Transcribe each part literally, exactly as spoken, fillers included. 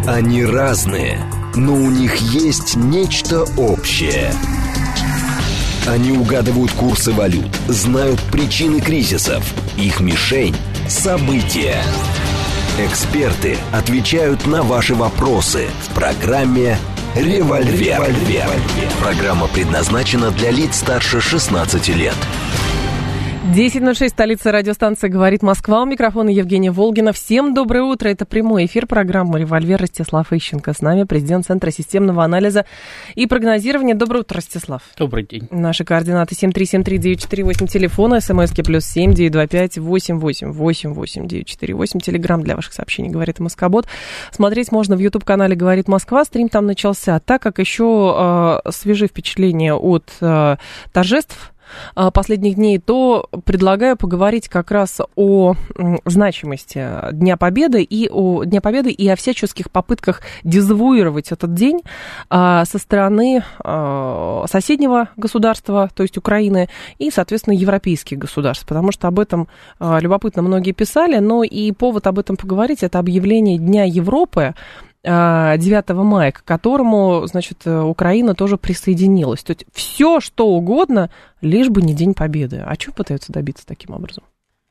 Они разные, но у них есть нечто общее. Они угадывают курсы валют, знают причины кризисов. Их мишень – события. Эксперты отвечают на ваши вопросы в программе «Револьвер». Программа предназначена для лиц старше шестнадцати лет. десять ноль шесть, столица, радиостанция «Говорит Москва». У микрофона Евгения Волгина. Всем доброе утро. Это прямой эфир программы «Револьвер». Ростислав Ищенко с нами, президент Центра системного анализа и прогнозирования. Доброе утро, Ростислав. Добрый день. Наши координаты семь три семь три девять четыре восемь, телефона, смски плюс семь девять два пять восемь восемь восемь восемь девять четыре восемь, телеграмм для ваших сообщений «Говорит Москобот». Смотреть можно в YouTube-канале «Говорит Москва». Стрим там начался. Так как еще э, свежи впечатления от э, торжеств последних дней, то предлагаю поговорить как раз о значимости Дня Победы и о Дня Победы и о всяческих попытках дезавуировать этот день со стороны соседнего государства, то есть Украины, и, соответственно, европейских государств, потому что об этом любопытно многие писали, но и повод об этом поговорить — это объявление Дня Европы девятого мая, к которому, значит, Украина тоже присоединилась. То есть все, что угодно, лишь бы не День Победы. А чего пытаются добиться таким образом?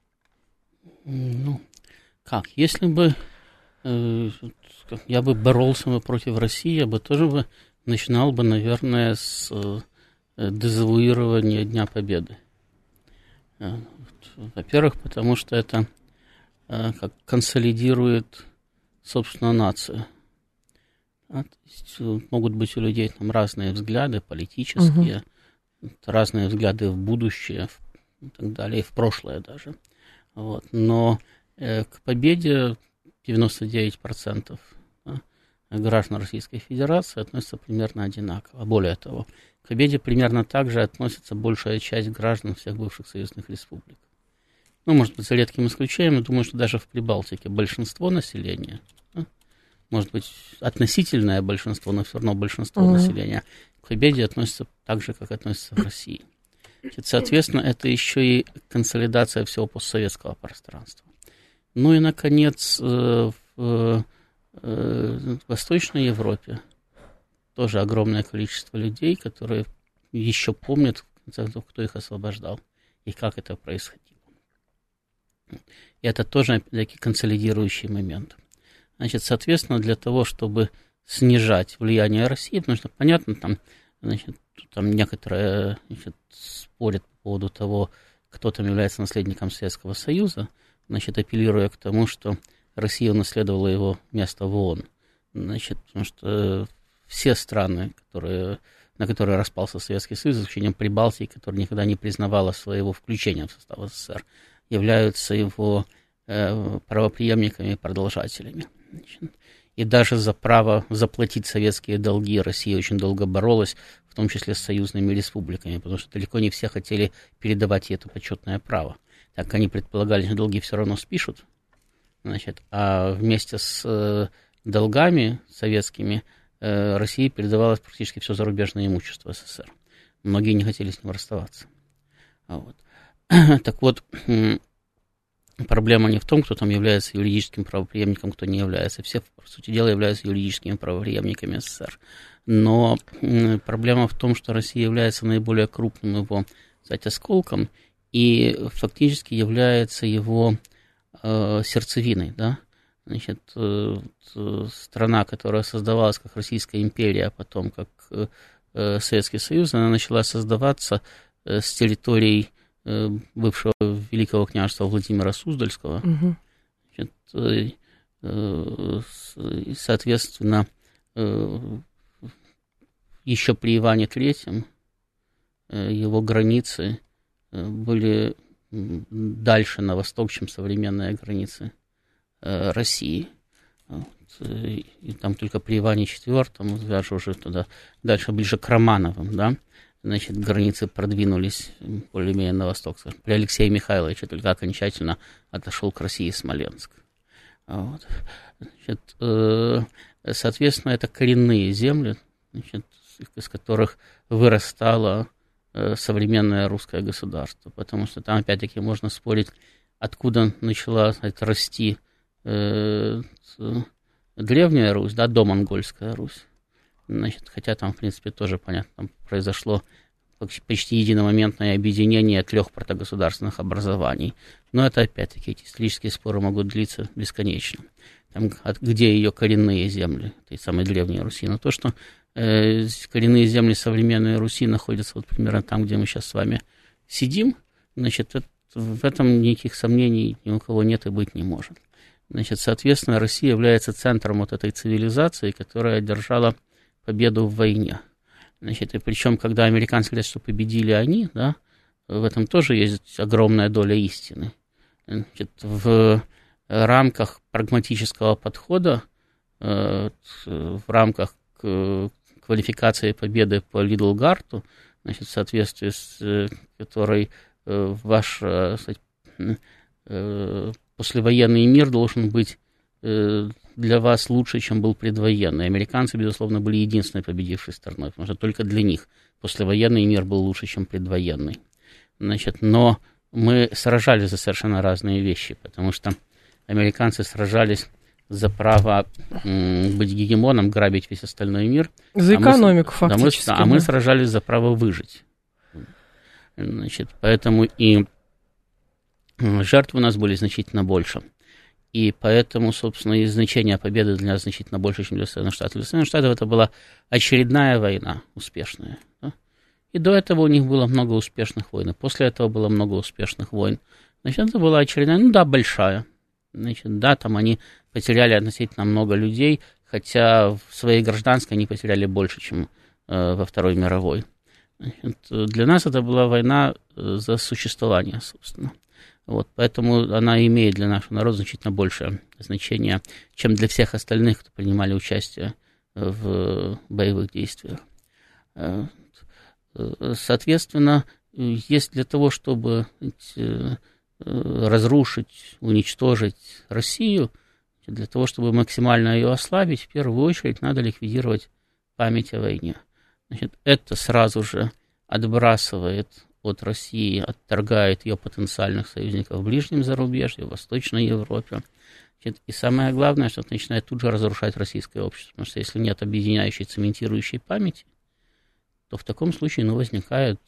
Ну, как? Если бы э, я бы боролся бы против России, я бы тоже бы начинал бы, наверное, с э, дезавуирования Дня Победы. Э, во-первых, потому что это э, как консолидирует, собственно, нацию. А, есть, могут быть у людей там разные взгляды политические, угу. разные взгляды в будущее в, и так далее, и в прошлое даже. Вот. Но э, к победе девяносто девять процентов да, граждан Российской Федерации относятся примерно одинаково. Более того, к победе примерно так же относится большая часть граждан всех бывших союзных республик. Ну, может быть, за редким исключением, я думаю, что даже в Прибалтике большинство населения, да, может быть, относительное большинство, но все равно большинство mm-hmm. населения к победе относится так же, как относится в России. Значит, соответственно, это еще и консолидация всего постсоветского пространства. Ну и, наконец, в, в, в Восточной Европе тоже огромное количество людей, которые еще помнят, в конце концов, кто их освобождал и как это происходило. И это тоже, опять-таки, консолидирующий момент. Значит, соответственно, для того, чтобы снижать влияние России, потому что, понятно, там, значит, там некоторые значит, спорят по поводу того, кто там является наследником Советского Союза, значит, апеллируя к тому, что Россия унаследовала его место в ООН. Значит, потому что все страны, которые, на которые распался Советский Союз, за исключением Прибалтики, которая никогда не признавала своего включения в состав СССР, являются его э, правопреемниками и продолжателями. Значит, и даже за право заплатить советские долги Россия очень долго боролась, в том числе с союзными республиками, потому что далеко не все хотели передавать ей это почетное право. Так как они предполагали, что долги все равно спишут, значит, а вместе с э, долгами советскими э, России передавалось практически все зарубежное имущество СССР. Многие не хотели с ним расставаться. Вот. Так вот, проблема не в том, кто там является юридическим правопреемником, кто не является. Все, по сути дела, являются юридическими правопреемниками СССР. Но проблема в том, что Россия является наиболее крупным его, кстати, осколком и фактически является его э, сердцевиной. Да? Значит, э, страна, которая создавалась как Российская империя, а потом как э, Советский Союз, она начала создаваться э, с территорий бывшего Великого княжества Владимира Суздальского. Угу. Значит, соответственно, еще при Иване Третьем его границы были дальше на восток, чем современные границы России. И там только при Иване Четвертом, даже уже туда, дальше ближе к Романовым, да, значит, границы продвинулись более-менее на восток. При Алексее Михайловиче только окончательно отошел к России Смоленск. Вот. Значит, соответственно, это коренные земли, значит, из которых вырастало современное русское государство, потому что там, опять-таки, можно спорить, откуда начала, сказать, расти Древняя Русь, да, домонгольская Русь. Значит, хотя там, в принципе, тоже, понятно, там произошло почти единомоментное объединение трех протогосударственных образований. Но это, опять-таки, эти исторические споры могут длиться бесконечно. Там, где ее коренные земли, той самой Древней Руси. Но то, что э, коренные земли современной Руси находятся вот примерно там, где мы сейчас с вами сидим, значит, это, в этом никаких сомнений ни у кого нет и быть не может. Значит, соответственно, Россия является центром вот этой цивилизации, которая одержала победу в войне. Значит, и причем, когда американцы говорят, что победили они, да, в этом тоже есть огромная доля истины. Значит, в рамках прагматического подхода, в рамках квалификации победы по Лидлгарту, значит, в соответствии с которой ваш, кстати, послевоенный мир должен быть для вас лучше, чем был предвоенный. Американцы, безусловно, были единственной победившей стороной, потому что только для них послевоенный мир был лучше, чем предвоенный. Значит, но мы сражались за совершенно разные вещи, потому что американцы сражались за право м, быть гегемоном, грабить весь остальной мир. За а экономику, мы, фактически. Да, мы, а мы сражались за право выжить. Значит, поэтому и жертвы у нас были значительно больше. И поэтому, собственно, и значение победы для нас значительно больше, чем для Соединенных Штатов. Для Соединенных Штатов это была очередная война, успешная. Да? И до этого у них было много успешных войн. И после этого было много успешных войн. Значит, это была очередная, ну да, большая. Значит, да, там они потеряли относительно много людей, хотя в своей гражданской они потеряли больше, чем э, во Второй мировой. Значит, для нас это была война за существование, собственно. Вот, поэтому она имеет для нашего народа значительно большее значение, чем для всех остальных, кто принимали участие в боевых действиях. Соответственно, есть для того, чтобы разрушить, уничтожить Россию, для того, чтобы максимально ее ослабить, в первую очередь надо ликвидировать память о войне. Значит, это сразу же отбрасывает от России, отторгает ее потенциальных союзников в ближнем зарубежье, в Восточной Европе. Значит, и самое главное, что это начинает тут же разрушать российское общество. Потому что если нет объединяющей, цементирующей памяти, то в таком случае ну, возникают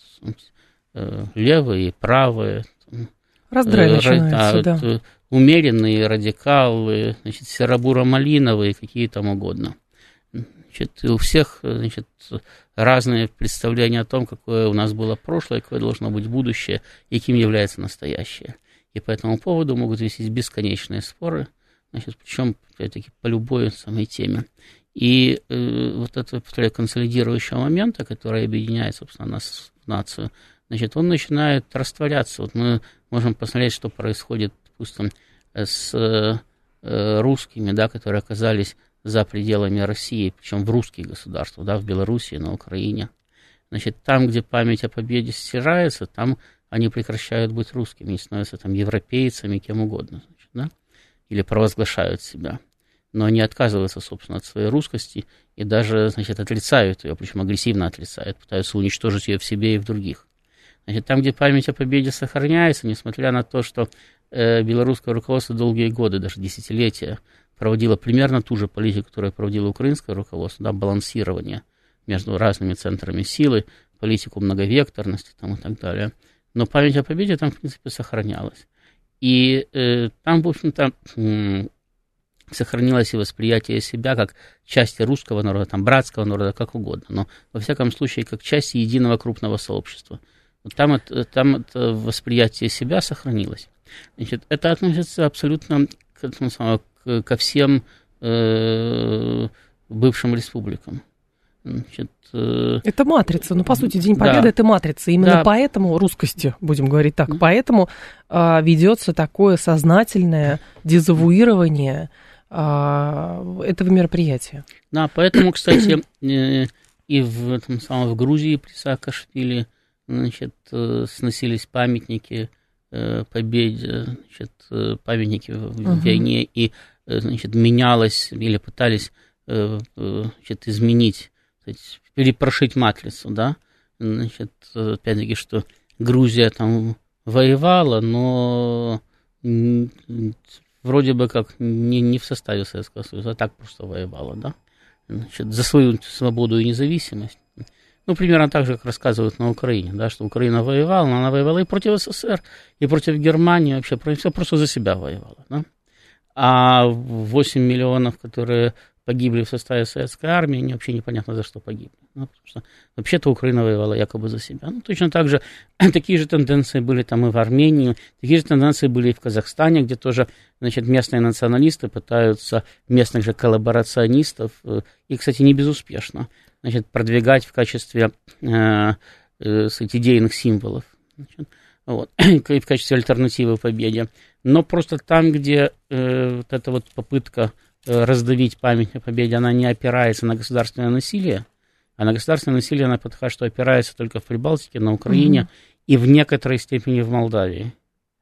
э, левые, правые, раздрай э, начинается, да, да. умеренные радикалы, значит, серо-буро-малиновые, какие там угодно. Значит, у всех, значит, разные представления о том, какое у нас было прошлое, какое должно быть будущее, и каким является настоящее. И по этому поводу могут вестись бесконечные споры, значит, причем, опять-таки, по любой самой теме. И э, вот этого консолидирующего момента, который объединяет, собственно, нас в нацию, значит, он начинает растворяться. Вот мы можем посмотреть, что происходит, допустим, с э, русскими, да, которые оказались за пределами России, причем в русских государствах, да, в Белоруссии, на Украине. Значит, там, где память о победе стирается, там они прекращают быть русскими, они становятся там европейцами, кем угодно, значит, да, или провозглашают себя. Но они отказываются, собственно, от своей русскости и даже, значит, отрицают ее, причем агрессивно отрицают, пытаются уничтожить ее в себе и в других. Значит, там, где память о победе сохраняется, несмотря на то, что э, белорусское руководство долгие годы, даже десятилетия, проводила примерно ту же политику, которую проводило украинское руководство, да, балансирование между разными центрами силы, политику многовекторности там, и так далее. Но память о победе там, в принципе, сохранялась. И э, там, в общем-то, э, сохранилось и восприятие себя как части русского народа, там, братского народа, как угодно, но, во всяком случае, как части единого крупного сообщества. Там, это, там это восприятие себя сохранилось. Значит, это относится абсолютно к этому самому, ко всем э, бывшим республикам. Значит, э, это матрица, ну, по сути, День Победы, да, это матрица. Именно да. Поэтому, русскости, будем говорить так, mm-hmm. поэтому э, ведется такое сознательное дезавуирование э, этого мероприятия. Да, поэтому, кстати, э, и в, этом самом, в Грузии при Саакашвили, значит, э, сносились памятники э, победе, значит, памятники в uh-huh. войне, и значит, менялось или пытались значит, изменить, сказать, перепрошить матрицу, да, значит, опять-таки, что Грузия там воевала, но вроде бы как не, не в составе Советского Союза, а так просто воевала, да, значит, за свою свободу и независимость. Ну, примерно так же, как рассказывают на Украине, да, что Украина воевала, но она воевала и против СССР, и против Германии, вообще все просто за себя воевала, да. А восемь миллионов, которые погибли в составе советской армии, они вообще непонятно за что погибли. Ну, потому что вообще-то Украина воевала якобы за себя. Ну, точно так же, такие же тенденции были там и в Армении, такие же тенденции были и в Казахстане, где тоже, значит, местные националисты пытаются местных же коллаборационистов, и, кстати, не безуспешно, значит, продвигать в качестве э, э, идейных символов, значит, вот, в качестве альтернативы победе. Но просто там, где э, вот эта вот попытка э, раздавить память о победе, она не опирается на государственное насилие, а на государственное насилие она пока что опирается только в Прибалтике, на Украине mm-hmm. и в некоторой степени в Молдавии.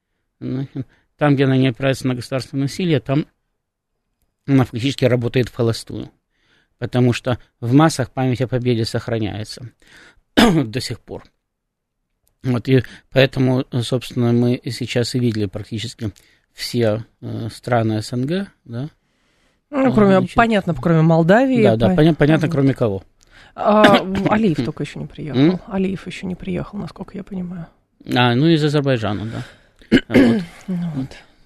Там, где она не опирается на государственное насилие, там она фактически работает в холостую. Потому что в массах память о победе сохраняется до сих пор. Вот, и поэтому, собственно, мы сейчас и видели практически все э, страны СНГ, да. Ну, кроме, значит, понятно, кроме Молдавии. Да, да, понятно, понятно, кроме кого. А, Алиев только еще не приехал. Алиев еще не приехал, насколько я понимаю. А, ну, из Азербайджана, да. Вот. Вот.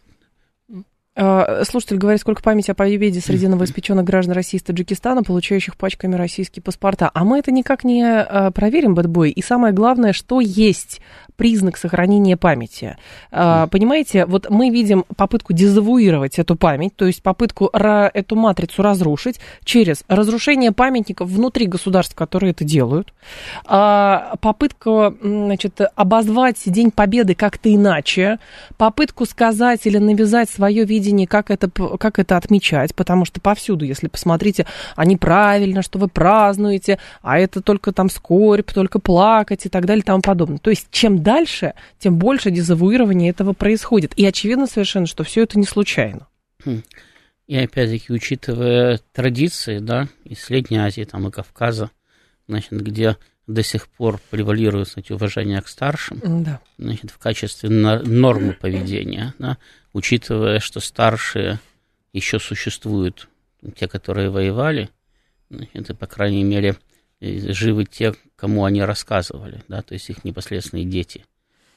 Слушатель говорит, сколько памяти о победе среди новоиспеченных граждан России из Таджикистана, получающих пачками российские паспорта. А мы это никак не проверим, бэтбой. И самое главное, что есть признак сохранения памяти. Понимаете, вот мы видим попытку дезавуировать эту память, то есть попытку эту матрицу разрушить через разрушение памятников внутри государств, которые это делают, попытку, значит, обозвать День Победы как-то иначе, попытку сказать или навязать свое видение, как это, как это отмечать, потому что повсюду, если посмотрите, они правильно, что вы празднуете, а это только там скорбь, только плакать и так далее и тому подобное. То есть чем дальше, тем больше дезавуирования этого происходит. И очевидно совершенно, что все это не случайно. И опять-таки, учитывая традиции, да, и Средней Азии, там, и Кавказа, значит, где до сих пор превалирует, кстати, уважение к старшим, да, значит, в качестве нормы поведения, да, учитывая, что старшие еще существуют, те, которые воевали, значит, и, по крайней мере, живы те, кому они рассказывали, да, то есть их непосредственные дети.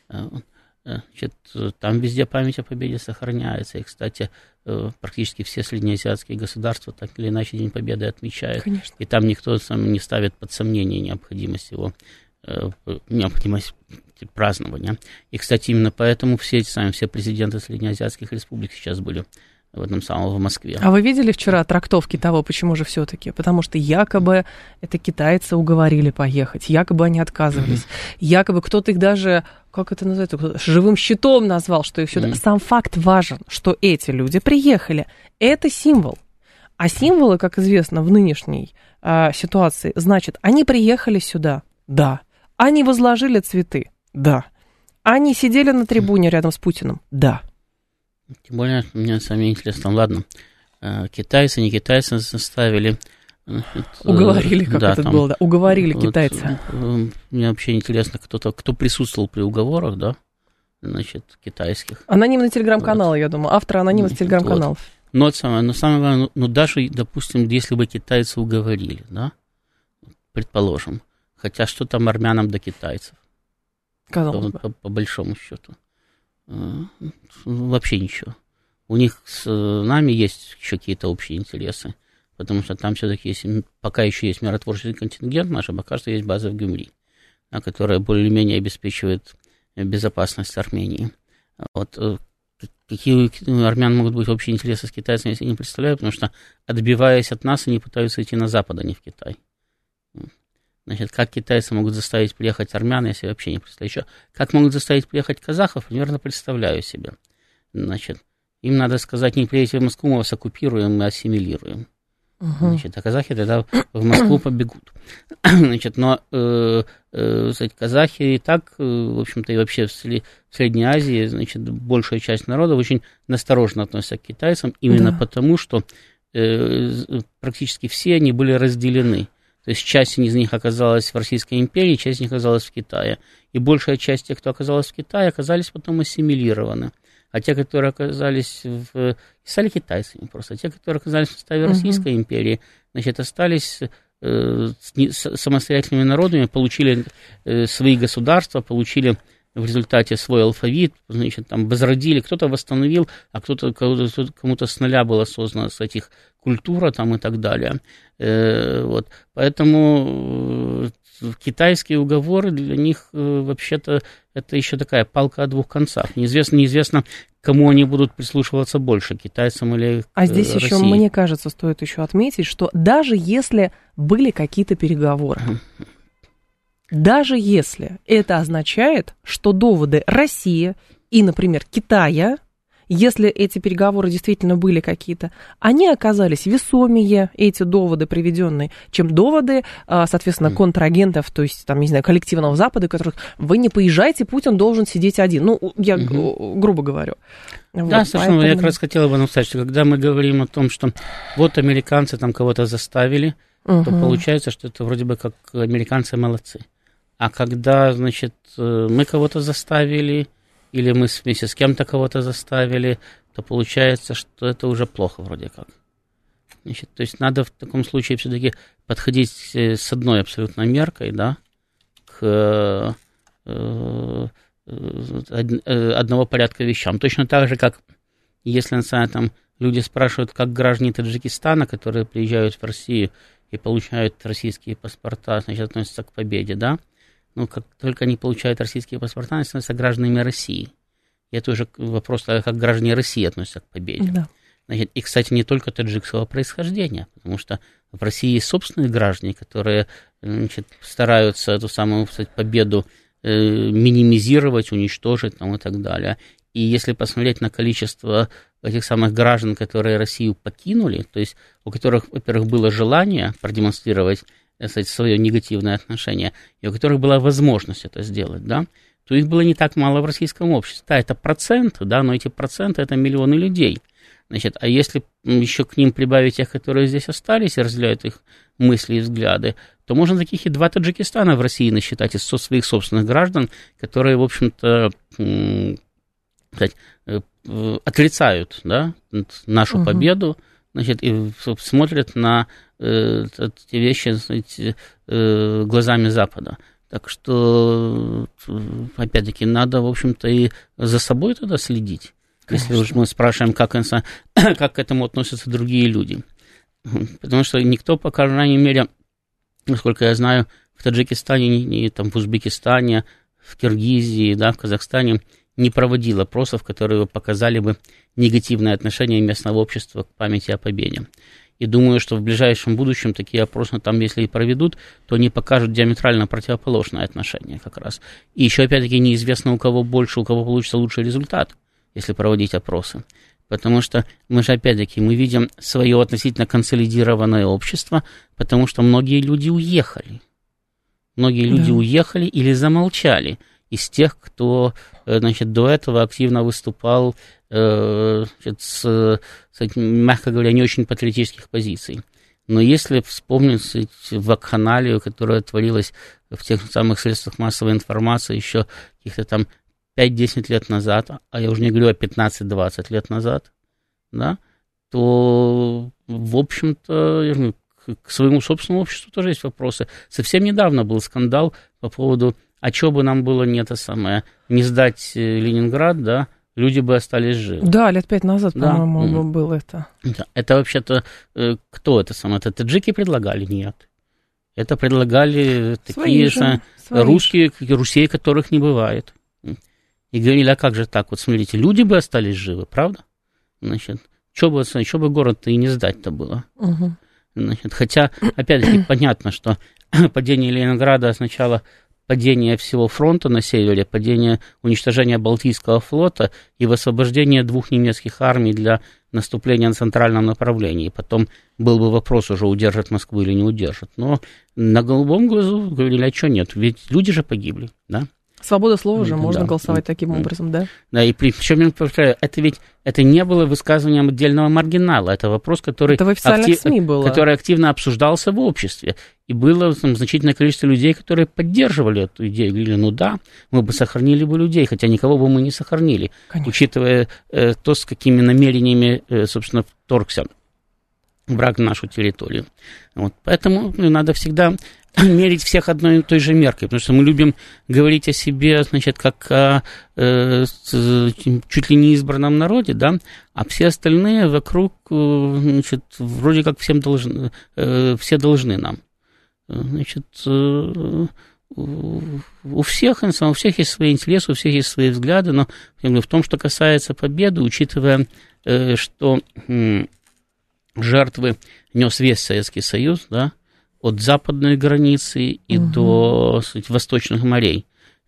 Значит, там везде память о победе сохраняется. И, кстати, практически все среднеазиатские государства так или иначе День Победы отмечают. Конечно. И там никто сам не ставит под сомнение необходимость его, необходимость празднования. И, кстати, именно поэтому все эти сами, все президенты среднеазиатских республик сейчас были в этом самом в Москве. А вы видели вчера трактовки того, почему же все-таки? Потому что якобы это китайцы уговорили поехать, якобы они отказывались, mm-hmm. якобы кто-то их даже, как это называется, живым щитом назвал, что их сюда. Mm-hmm. Сам факт важен, что эти люди приехали. Это символ. А символы, как известно, в нынешней а, ситуации, значит, они приехали сюда, да. Они возложили цветы, да. Они сидели на трибуне рядом с Путиным, да. Тем более, мне самое интересно, ладно, китайцы, не китайцы заставили. Уговорили, как да, это там, было, да, уговорили вот, китайцы. Мне вообще интересно, кто-то, кто присутствовал при уговорах, да, значит, китайских. Анонимные телеграм-каналы, вот. Я думаю, авторы анонимных телеграм-каналов. Вот. Но, самое, но самое главное, ну, даже, допустим, если бы китайцы уговорили, да, предположим, хотя что там армянам до китайцев, по, по, по большому счету. Вообще ничего. У них с нами есть еще какие-то общие интересы, потому что там все-таки есть, пока еще есть миротворческий контингент наш, а пока что есть база в Гюмри, которая более-менее обеспечивает безопасность Армении. Вот. Какие у армян могут быть общие интересы с китайцами, я себе не представляю, потому что, отбиваясь от нас, они пытаются идти на запад, а не в Китай. Значит, как китайцы могут заставить приехать армян, я себе вообще не представляю. Еще, как могут заставить приехать казахов, примерно представляю себе. Значит, им надо сказать, не приедете в Москву, мы вас оккупируем и ассимилируем. Uh-huh. Значит, а казахи тогда в Москву побегут. Значит, но э, э, кстати, казахи и так, э, в общем-то, и вообще в, в Средней Азии, значит, большая часть народа очень настороженно относится к китайцам, именно да. потому, что э, практически все они были разделены. То есть часть из них оказалась в Российской империи, часть из них оказалась в Китае. И большая часть тех, кто оказалась в Китае, оказались потом ассимилированы. А те, которые оказались в... стали китайцами просто. А те, которые оказались в составе uh-huh. Российской империи, значит, остались э, самостоятельными народами, получили э, свои государства, получили в результате свой алфавит, значит, там возродили, кто-то восстановил, а кто-то, кому-то, кому-то с нуля была создана с этих культура там и так далее. Э, вот. Поэтому китайские уговоры для них э, вообще-то это еще такая палка о двух концах. Неизвестно, неизвестно, кому они будут прислушиваться больше, китайцам или А э, здесь России. Еще, мне кажется, стоит еще отметить, что даже если были какие-то переговоры, даже если это означает, что доводы России и, например, Китая, если эти переговоры действительно были какие-то, они оказались весомее, эти доводы приведенные, чем доводы, соответственно, контрагентов, то есть, там, не знаю, коллективного Запада, которых вы не поезжайте, Путин должен сидеть один. Ну, я угу. грубо говорю. Да, вот, совершенно. поэтому... Я как раз хотела бы написать, что когда мы говорим о том, что вот американцы там кого-то заставили, угу. то получается, что это вроде бы как американцы молодцы. А когда, значит, мы кого-то заставили, или мы вместе с кем-то кого-то заставили, то получается, что это уже плохо вроде как. Значит, то есть надо в таком случае все-таки подходить с одной абсолютно меркой, да, к э, э, одного порядка вещам. Точно так же, как если, например, там люди спрашивают, как граждане Таджикистана, которые приезжают в Россию и получают российские паспорта, значит, относятся к победе, да, ну, как только они получают российские паспорта, они становятся гражданами России. И это уже вопрос, как граждане России относятся к победе. Да. Значит, и, кстати, не только таджикского происхождения, потому что в России есть собственные граждане, которые, значит, стараются эту самую, кстати, победу э, минимизировать, уничтожить там, и так далее. И если посмотреть на количество этих самых граждан, которые Россию покинули, то есть у которых, во-первых, было желание продемонстрировать, кстати, свое негативное отношение, и у которых была возможность это сделать, да, то их было не так мало в российском обществе. Да, это проценты, да, но эти проценты – это миллионы людей. Значит, а если еще к ним прибавить тех, которые здесь остались и разделяют их мысли и взгляды, то можно таких и два Таджикистана в России насчитать из своих собственных граждан, которые, в общем-то, сказать, отрицают, да, нашу uh-huh. победу, значит, и смотрят на э, эти вещи, знаете, э, глазами Запада. Так что, опять-таки, надо, в общем-то, и за собой тогда следить. Конечно. Если уж мы спрашиваем, как, как к этому относятся другие люди. Потому что никто, по крайней мере, насколько я знаю, в Таджикистане, и, там, в Узбекистане, в Киргизии, да, в Казахстане не проводил опросов, которые показали бы негативное отношение местного общества к памяти о победе. И думаю, что в ближайшем будущем такие опросы там, если и проведут, то они покажут диаметрально противоположное отношение как раз. И еще, опять-таки, неизвестно, у кого больше, у кого получится лучший результат, если проводить опросы. Потому что мы же, опять-таки, мы видим свое относительно консолидированное общество, потому что многие люди уехали. Многие люди да. уехали или замолчали из тех, кто, значит, до этого активно выступал значит, с, с, мягко говоря, не очень патриотических позиций. Но если вспомнить вакханалию, которая творилась в тех самых средствах массовой информации еще каких-то там пять-десять лет назад, а я уже не говорю о пятнадцать-двадцать лет назад, да, то, в общем-то, к своему собственному обществу тоже есть вопросы. Совсем недавно был скандал по поводу, а что бы нам было не это самое, не сдать Ленинград, да, люди бы остались живы. Да, лет пять назад, да. по-моему, mm. было это. Да. Это вообще-то, кто это самое? Это таджики предлагали? Нет. Это предлагали такие же, русские, русей, которых не бывает. И говорили, а как же так? Вот смотрите, люди бы остались живы, правда? Значит, что бы, что бы город-то и не сдать-то было? Угу. Значит, хотя, опять-таки, понятно, что падение Ленинграда означало падение всего фронта на севере, падение, уничтожение Балтийского флота и высвобождение двух немецких армий для наступления на центральном направлении. Потом был бы вопрос уже, удержат Москву или не удержат. Но на голубом глазу говорили, а что нет, ведь люди же погибли, да? Свобода слова же, можно да. голосовать таким образом, да? Да, и причем, я повторяю, это ведь это не было высказыванием отдельного маргинала, это вопрос, который, это в официальных актив, СМИ было. который активно обсуждался в обществе. И было там значительное количество людей, которые поддерживали эту идею, говорили, ну да, мы бы сохранили бы людей, хотя никого бы мы не сохранили, Конечно. учитывая э, то, с какими намерениями, э, собственно, вторгся враг в нашу территорию. Вот. Поэтому ну, надо всегда мерить всех одной и той же меркой, потому что мы любим говорить о себе, значит, как о э, чуть ли не избранном народе, да, а все остальные вокруг, значит, вроде как всем должны, э, все должны нам. Значит, э, у всех, у всех есть свои интересы, у всех есть свои взгляды, но в том, что касается победы, учитывая, э, что э, жертвы нес весь Советский Союз, да, от западной границы и угу. до, сказать, восточных морей.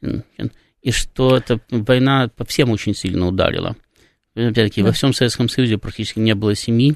И что эта война по всем очень сильно ударила. Опять-таки, да. во всем Советском Союзе практически не было семьи,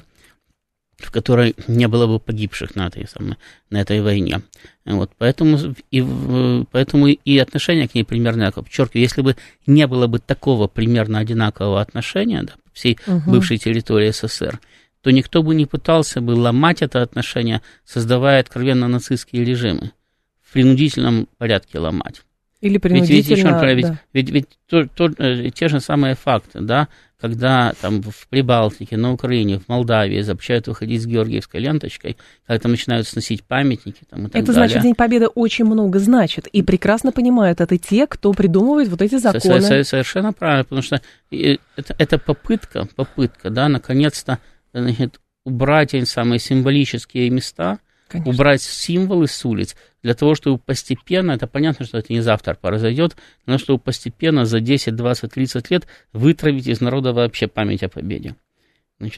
в которой не было бы погибших на этой, самой, на этой войне. Вот, поэтому, и, поэтому и отношение к ней примерно одинаково. Подчеркиваю, если бы не было бы такого примерно одинакового отношения да, по всей угу. бывшей территории СССР, то никто бы не пытался бы ломать это отношение, создавая откровенно нацистские режимы, в принудительном порядке ломать. Или принудительно, ведь, ведь, да. ведь, ведь, ведь то, то, те же самые факты, да, когда там в Прибалтике, на Украине, в Молдавии запрещают выходить с георгиевской ленточкой, когда там начинают сносить памятники там, и так это далее. значит, День Победы очень много значит, и прекрасно понимают это те, кто придумывает вот эти законы. Совершенно правильно, потому что это, это попытка, попытка, да, наконец-то, значит, убрать эти самые символические места, Конечно. убрать символы с улиц, для того, чтобы постепенно, это понятно, что это не завтра произойдет, но чтобы постепенно за десять, двадцать, тридцать лет вытравить из народа вообще память о победе. Значит,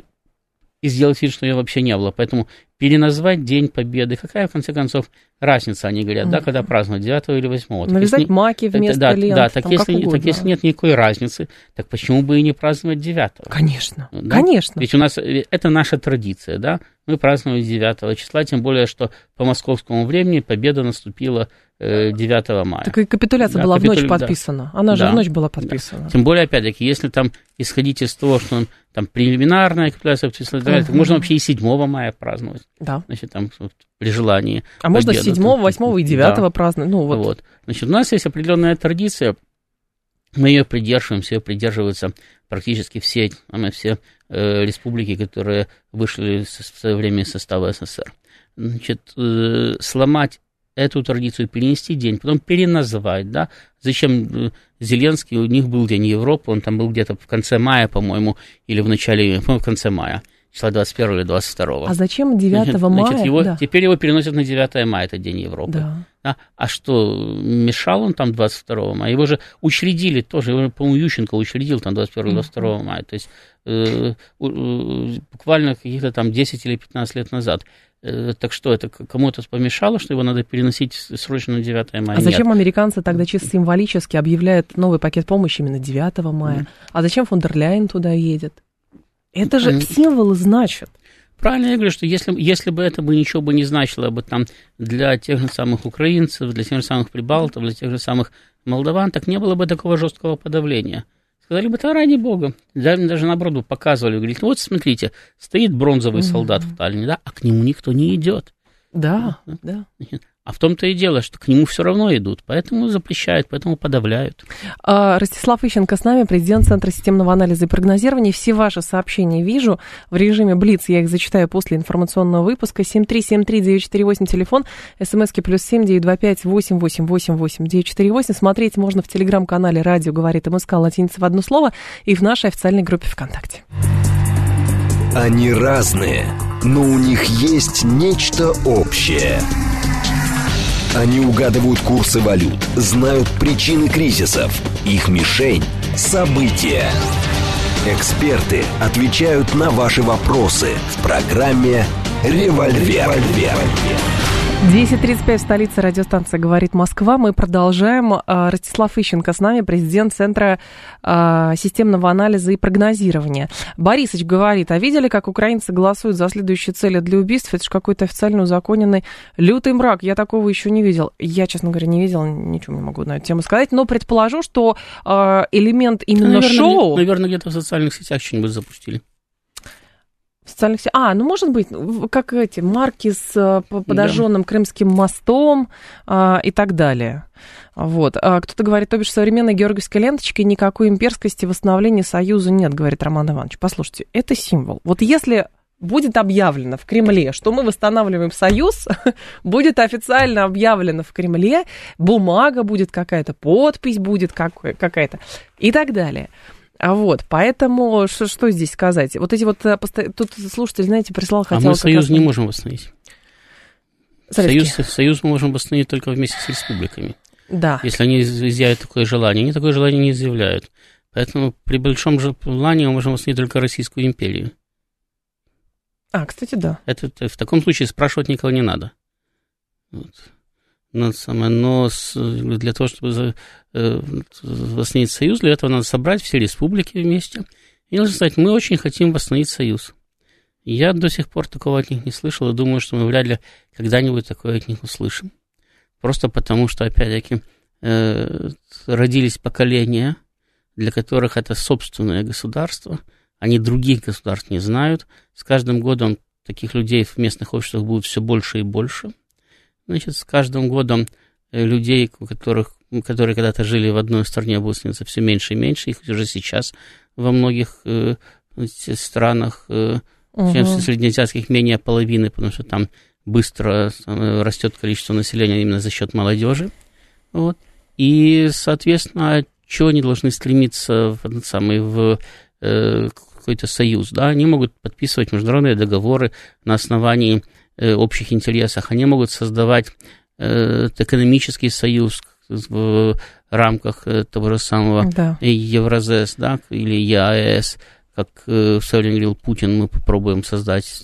и сделать вид, что ее вообще не было. Поэтому переназвать День Победы, какая, в конце концов, разница, они говорят, mm-hmm. да, когда празднуют, девятого или восьмого. Навязать не, маки вместо да, лент, да, так, там, если, угодно, так если нет никакой разницы, так почему бы и не праздновать девятого? Конечно, да? конечно. Ведь у нас, это наша традиция, да, мы празднуем девятого числа, тем более, что по московскому времени победа наступила девятого мая. Так и капитуляция да, была капитуль... в ночь подписана. Она да, же в ночь была подписана. Да. Тем более, опять-таки, если там исходить из того, что он, там прелиминарная капитуляция, uh-huh. так можно вообще и седьмого мая праздновать. Да. Значит, там вот, при желании. А можно седьмого, восьмого и девятого да. праздновать. Ну, вот. Вот. Значит, у нас есть определенная традиция, мы ее придерживаемся, ее придерживаются практически все, все э, республики, которые вышли в свое время из состава СССР. Значит, э, сломать эту традицию, перенести день, потом переназвать, да, зачем Зеленский, у них был День Европы, он там был где-то в конце мая, по-моему, или в начале, в конце мая, числа двадцать первого или двадцать второго. А зачем девятого мая? Значит, его, да. теперь его переносят на девятое мая, это День Европы. Да. Да? А что, мешал он там двадцать второго мая? Его же учредили тоже, его, по-моему, Ющенко учредил там двадцать первого или двадцать второго мая, то есть э, э, буквально каких-то там десять или пятнадцать лет назад. Так что, это кому-то помешало, что его надо переносить срочно на девятое мая? А зачем Нет. американцы тогда чисто символически объявляют новый пакет помощи именно девятого мая? Mm. А зачем фон дер Ляйен туда едет? Это же mm. символы значат. Правильно я говорю, что если, если бы это бы ничего бы не значило бы там для тех же самых украинцев, для тех же самых прибалтов, для тех же самых молдаван, так не было бы такого жесткого подавления. Сказали бы, да ради бога. Даже наоборот показывали, говорит, вот смотрите, стоит бронзовый mm-hmm. солдат в Таллине, да, а к нему никто не идет. Да, да. да. А в том-то и дело, что к нему все равно идут, поэтому запрещают, поэтому подавляют. А, Ростислав Ищенко с нами, президент Центра системного анализа и прогнозирования. Все ваши сообщения вижу в режиме Блиц, я их зачитаю после информационного выпуска. семь три семь три девять четыре восемь, телефон, смски плюс семь девять два пять восемь восемь восемь восемь девять четыре восемь. Смотреть можно в телеграм-канале «Радио говорит МСК» латиница в одно слово и в нашей официальной группе ВКонтакте. Они разные, но у них есть нечто общее. Они угадывают курсы валют, знают причины кризисов, их мишень – события. Эксперты отвечают на ваши вопросы в программе «Револьвер». десять тридцать пять в столице, радиостанция «Говорит Москва». Мы продолжаем. Ростислав Ищенко с нами, президент Центра системного анализа и прогнозирования. Борисыч говорит, а видели, как украинцы голосуют за следующие цели для убийств? Это же какой-то официально узаконенный лютый мрак. Я такого еще не видел. Я, честно говоря, не видела, ничего не могу на эту тему сказать, но предположу, что элемент именно наверное, шоу... Наверное, где-то в социальных сетях что-нибудь запустили. В социальных сетях. А, ну, может быть, как эти марки с подожженным да. Крымским мостом а, и так далее. Вот. А кто-то говорит, то бишь, современной георгиевской ленточки никакой имперскости восстановления Союза нет, говорит Роман Иванович. Послушайте, это символ. Вот если будет объявлено в Кремле, что мы восстанавливаем Союз, будет официально объявлено в Кремле, бумага будет какая-то, подпись будет какая-то и так далее. А вот, поэтому, что, что здесь сказать? Вот эти вот, тут слушатель, знаете, прислал, хотел... А мы Союз раз... не можем восстановить. Союз, Союз мы можем восстановить только вместе с республиками. Да. Если они изъявят такое желание. Они такое желание не изъявляют. Поэтому при большом желании мы можем восстановить только Российскую империю. А, кстати, да. Это, в таком случае спрашивать никого не надо. Вот. Но, но для того, чтобы восстановить Союз, для этого надо собрать все республики вместе. И нужно сказать, мы очень хотим восстановить Союз. Я до сих пор такого от них не слышал, и думаю, что мы вряд ли когда-нибудь такое от них услышим. Просто потому, что, опять-таки, родились поколения, для которых это собственное государство, они других государств не знают. С каждым годом таких людей в местных обществах будет все больше и больше. Значит, с каждым годом людей, у которых, которые когда-то жили в одной стране, будет становиться все меньше и меньше. Их уже сейчас во многих э, странах, э, угу. среднеазиатских, менее половины, потому что там быстро э, растет количество населения именно за счет молодежи. Вот. И, соответственно, чего они должны стремиться в, самый, в э, какой-то союз? Да? Они могут подписывать международные договоры на основании общих интересах, они могут создавать э, экономический союз в рамках того же самого да. Евразес, да, или ЕАЭС, как э, в свое время говорил Путин, мы попробуем создать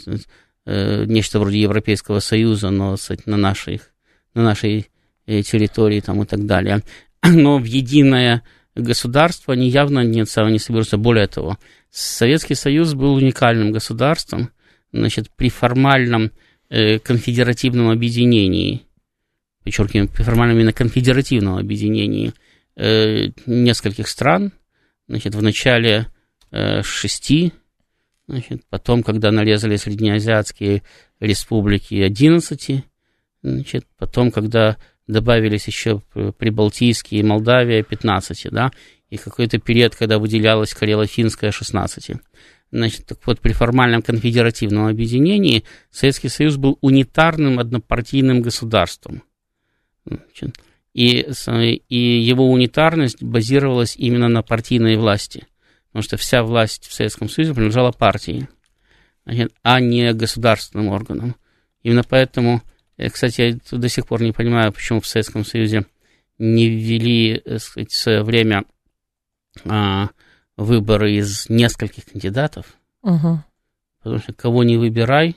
э, нечто вроде Европейского союза, но кстати, на нашей, на нашей территории там, и так далее. Но в единое государство они явно не, не соберутся. Более того, Советский Союз был уникальным государством, значит, при формальном конфедеративном объединении, подчеркиваем, при формальном именно конфедеративном объединении э, нескольких стран, значит, в начале э, шести, значит, потом, когда нарезали среднеазиатские республики, одиннадцати, значит, потом, когда добавились еще прибалтийские и Молдавия, пятнадцати, да, и какой-то период, когда выделялась Карело-Финская, шестнадцати. Значит, так вот, при формальном конфедеративном объединении Советский Союз был унитарным однопартийным государством. Значит, и, и его унитарность базировалась именно на партийной власти, потому что вся власть в Советском Союзе принадлежала партии, значит, а не государственным органам. Именно поэтому, кстати, я до сих пор не понимаю, почему в Советском Союзе не ввели, так сказать, в свое время... А, выборы из нескольких кандидатов, угу. потому что кого не выбирай,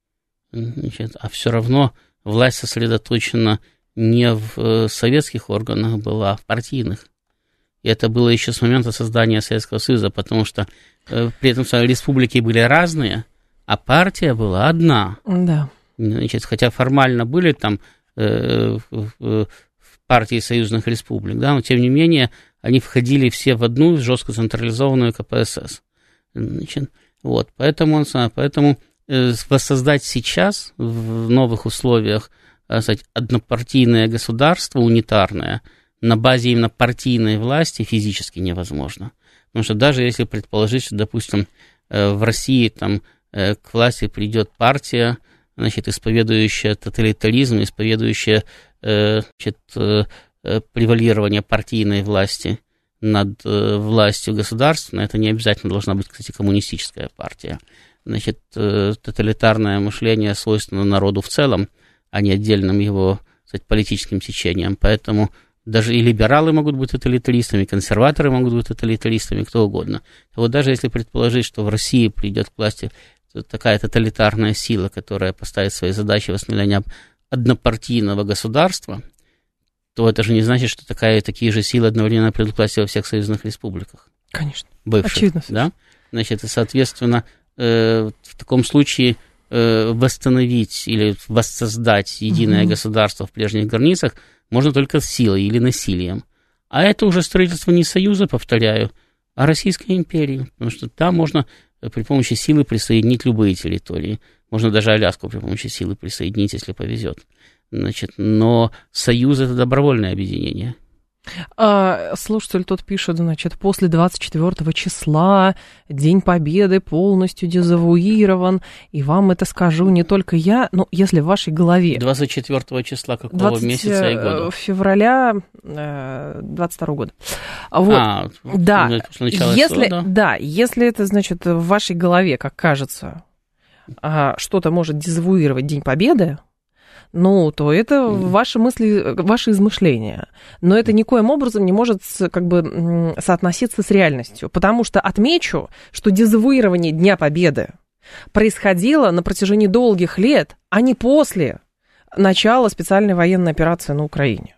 значит, а все равно власть сосредоточена не в советских органах была, а в партийных. И это было еще с момента создания Советского Союза, потому что э, при этом республики были разные, а партия была одна. Да. Значит, хотя формально были там э, в партии союзных республик, да, но тем не менее они входили все в одну жестко централизованную ка пэ эс эс. Значит, вот, поэтому, поэтому э, воссоздать сейчас в новых условиях, так сказать, однопартийное государство, унитарное, на базе именно партийной власти физически невозможно. Потому что даже если предположить, что, допустим, э, в России там, э, к власти придет партия, значит, исповедующая тоталитаризм, исповедующая э, значит, э, превалирование партийной власти над э, властью государственной, это не обязательно должна быть, кстати, коммунистическая партия. Значит, э, тоталитарное мышление свойственно народу в целом, а не отдельным его, кстати, политическим течениям. Поэтому даже и либералы могут быть тоталитаристами, и консерваторы могут быть тоталитаристами, кто угодно. Вот даже если предположить, что в России придет к власти такая тоталитарная сила, которая поставит своей задачей восстановления однопартийного государства, то это же не значит, что такая, такие же силы одновременно придут к власти во всех союзных республиках. Конечно. Бывших, очевидно. Да? Значит, и, соответственно, э, в таком случае э, восстановить или воссоздать единое mm-hmm. государство в прежних границах можно только силой или насилием. А это уже строительство не союза, повторяю, а Российской империи. Потому что там можно при помощи силы присоединить любые территории. Можно даже Аляску при помощи силы присоединить, если повезет. Значит, но союз – это добровольное объединение. А, слушатель тут пишет, значит, после двадцать четвёртого числа День Победы полностью дезавуирован, и вам это скажу не только я, но если в вашей голове... двадцать четвёртого числа какого месяца и года? Февраля двадцать второго года. Вот. А, да. Если, да? Да, если это, значит, в вашей голове, как кажется, что-то может дезавуировать День Победы, ну, то это ваши мысли, ваши измышления. Но это никоим образом не может как бы соотноситься с реальностью. Потому что отмечу, что дезавуирование Дня Победы происходило на протяжении долгих лет, а не после начала специальной военной операции на Украине.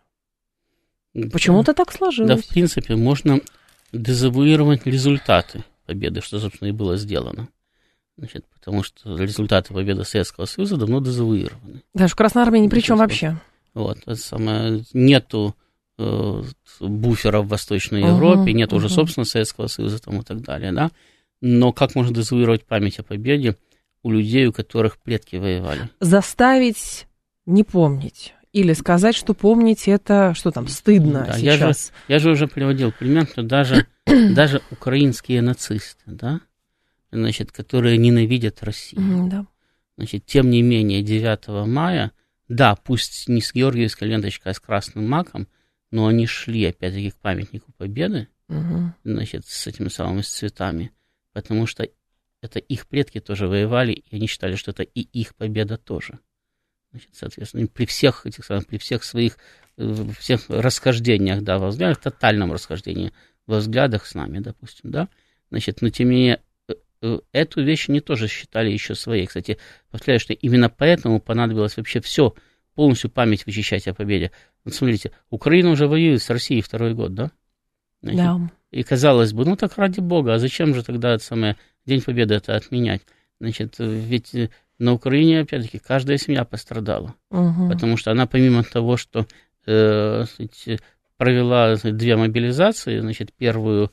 Почему-то так сложилось. Да, в принципе, можно дезавуировать результаты победы, что, собственно, и было сделано. Значит, потому что результаты победы Советского Союза давно дезавуированы. Даже Красная Армия ни при чем вообще. Вот, это самое, нету э, буферов в Восточной uh-huh, Европе, нет uh-huh. уже, собственно, Советского Союза там, и так далее, да. Но как можно дезавуировать память о победе у людей, у которых предки воевали? Заставить не помнить. Или сказать, что помнить это, что там, стыдно да, сейчас. Я же, я же уже приводил пример, что даже, даже украинские нацисты, да, значит, которые ненавидят Россию. Mm, да. Значит, тем не менее, девятого мая, да, пусть не с георгиевской ленточкой, а с красным маком, но они шли, опять-таки, к памятнику Победы, mm-hmm. значит, с этими самыми с цветами, потому что это их предки тоже воевали, и они считали, что это и их победа тоже. Значит, соответственно, при всех этих самых, при всех своих, всех расхождениях, да, во взглядах, тотальном расхождении во взглядах с нами, допустим, да, значит, но тем не менее, эту вещь они тоже считали еще своей. Кстати, повторяю, что именно поэтому понадобилось вообще все, полностью память вычищать о победе. Вот смотрите, Украина уже воюет с Россией второй год, да? Значит, да. И казалось бы, ну так ради бога, а зачем же тогда это самое, День Победы это отменять? Значит, ведь на Украине, опять-таки, каждая семья пострадала. Угу. Потому что она, помимо того, что э, провела две мобилизации, значит, первую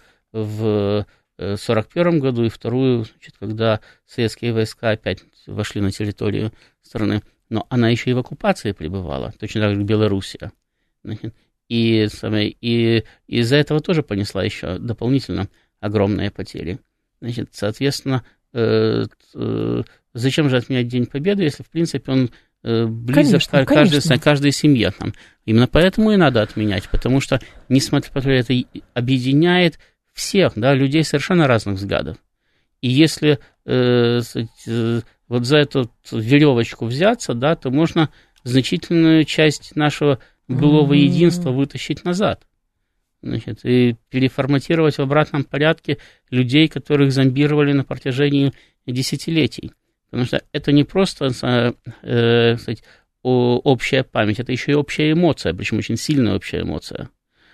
в сорок первом году и вторую, значит, когда советские войска опять вошли на территорию страны, но она еще и в оккупации пребывала, точно так же, как Белоруссия. Значит, и, и, и из-за этого тоже понесла еще дополнительно огромные потери. Значит, соответственно, э, э, зачем же отменять День Победы, если, в принципе, он э, близок к каждой, каждой семье. Там. Именно поэтому и надо отменять, потому что, несмотря на то, это объединяет всех, да, людей совершенно разных взглядов. И если э, э, вот за эту веревочку взяться, да, то можно значительную часть нашего былого mm-hmm. единства вытащить назад. Значит, и переформатировать в обратном порядке людей, которых зомбировали на протяжении десятилетий. Потому что это не просто э, э, сказать, общая память, это еще и общая эмоция, причем очень сильная общая эмоция.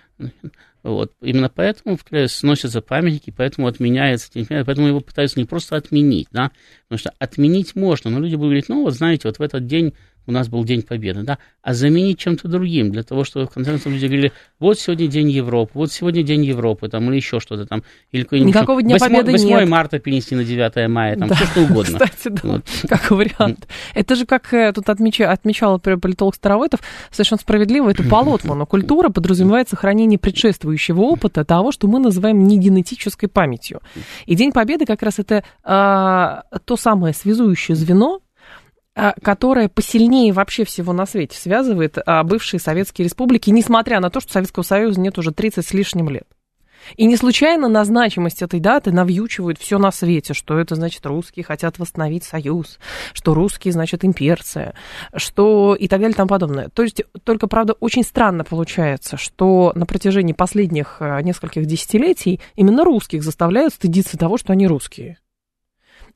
Вот. Именно поэтому сносятся памятники, поэтому отменяется, поэтому его пытаются не просто отменить, да, потому что отменить можно, но люди будут говорить, ну вот знаете, вот в этот день у нас был День Победы, да, а заменить чем-то другим, для того, чтобы в конце концов люди говорили, вот сегодня День Европы, вот сегодня День Европы, там, или еще что-то там, или никакого Дня Победы нет. восьмое марта перенести на девятое мая, там, да, все что угодно. Кстати, да, вот. Как вариант. Это же, как тут отмечал, отмечал политолог Старовойтов, совершенно справедливо, это по Лотману. Культура подразумевает сохранение предшествующего опыта того, что мы называем негенетической памятью. И День Победы как раз это а, то самое связующее звено, которая посильнее вообще всего на свете связывает бывшие советские республики, несмотря на то, что Советского Союза нет уже тридцать с лишним лет. И не случайно на значимость этой даты навьючивают все на свете, что это, значит, русские хотят восстановить союз, что русские, значит, имперция, что и так далее и тому подобное. То есть, только, правда, очень странно получается, что на протяжении последних нескольких десятилетий именно русских заставляют стыдиться того, что они русские.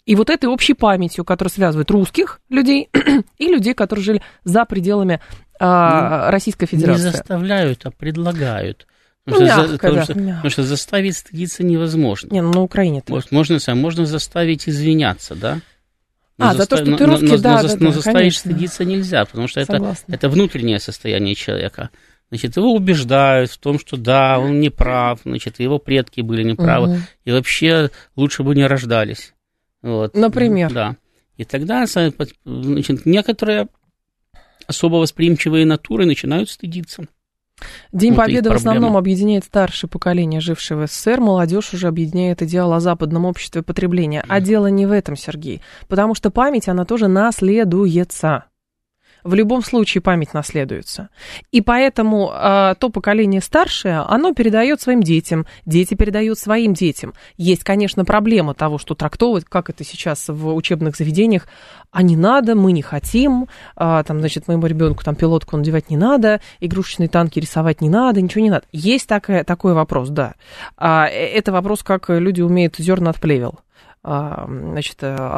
И вот этой общей памятью, которая связывает русских людей и людей, которые жили за пределами а, ну, Российской Федерации. Не заставляют, а предлагают. Потому, ну, что, мягко, за, потому, да, что, мягко. потому что заставить стыдиться невозможно. Не, ну на Украине-то. Может, можно, можно заставить извиняться, да? Но а, застав... за то, что ты русский, но, да, но, да, но да, заставить конечно. стыдиться нельзя, потому что это, это внутреннее состояние человека. Значит, его убеждают в том, что да, он не прав, значит, его предки были неправы, угу. и вообще лучше бы не рождались. Вот. Например? Да. И тогда, значит, некоторые особо восприимчивые натуры начинают стыдиться. День вот Победы в основном объединяет старшее поколение, жившее в СССР. Молодежь уже объединяет идеал о западном обществе потребления. А дело не в этом, Сергей. Потому что память, она тоже наследуется. В любом случае память наследуется. И поэтому э, то поколение старшее, оно передает своим детям, дети передают своим детям. Есть, конечно, проблема того, что трактовывать, как это сейчас в учебных заведениях, а не надо, мы не хотим, а, там, значит, моему ребенку там пилотку надевать не надо, игрушечные танки рисовать не надо, ничего не надо. Есть такая, такой вопрос, да. А, это вопрос, как люди умеют зерна от плевел. Значит,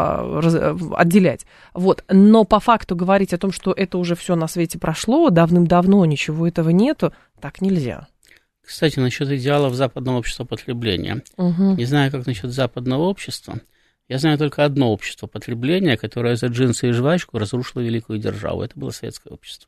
отделять. Вот. Но по факту говорить о том, что это уже все на свете прошло, давным-давно ничего этого нету, так нельзя. Кстати, насчет идеалов западного общества потребления. Угу. Не знаю, как насчет западного общества. Я знаю только одно общество потребления, которое за джинсы и жвачку разрушило великую державу. Это было советское общество.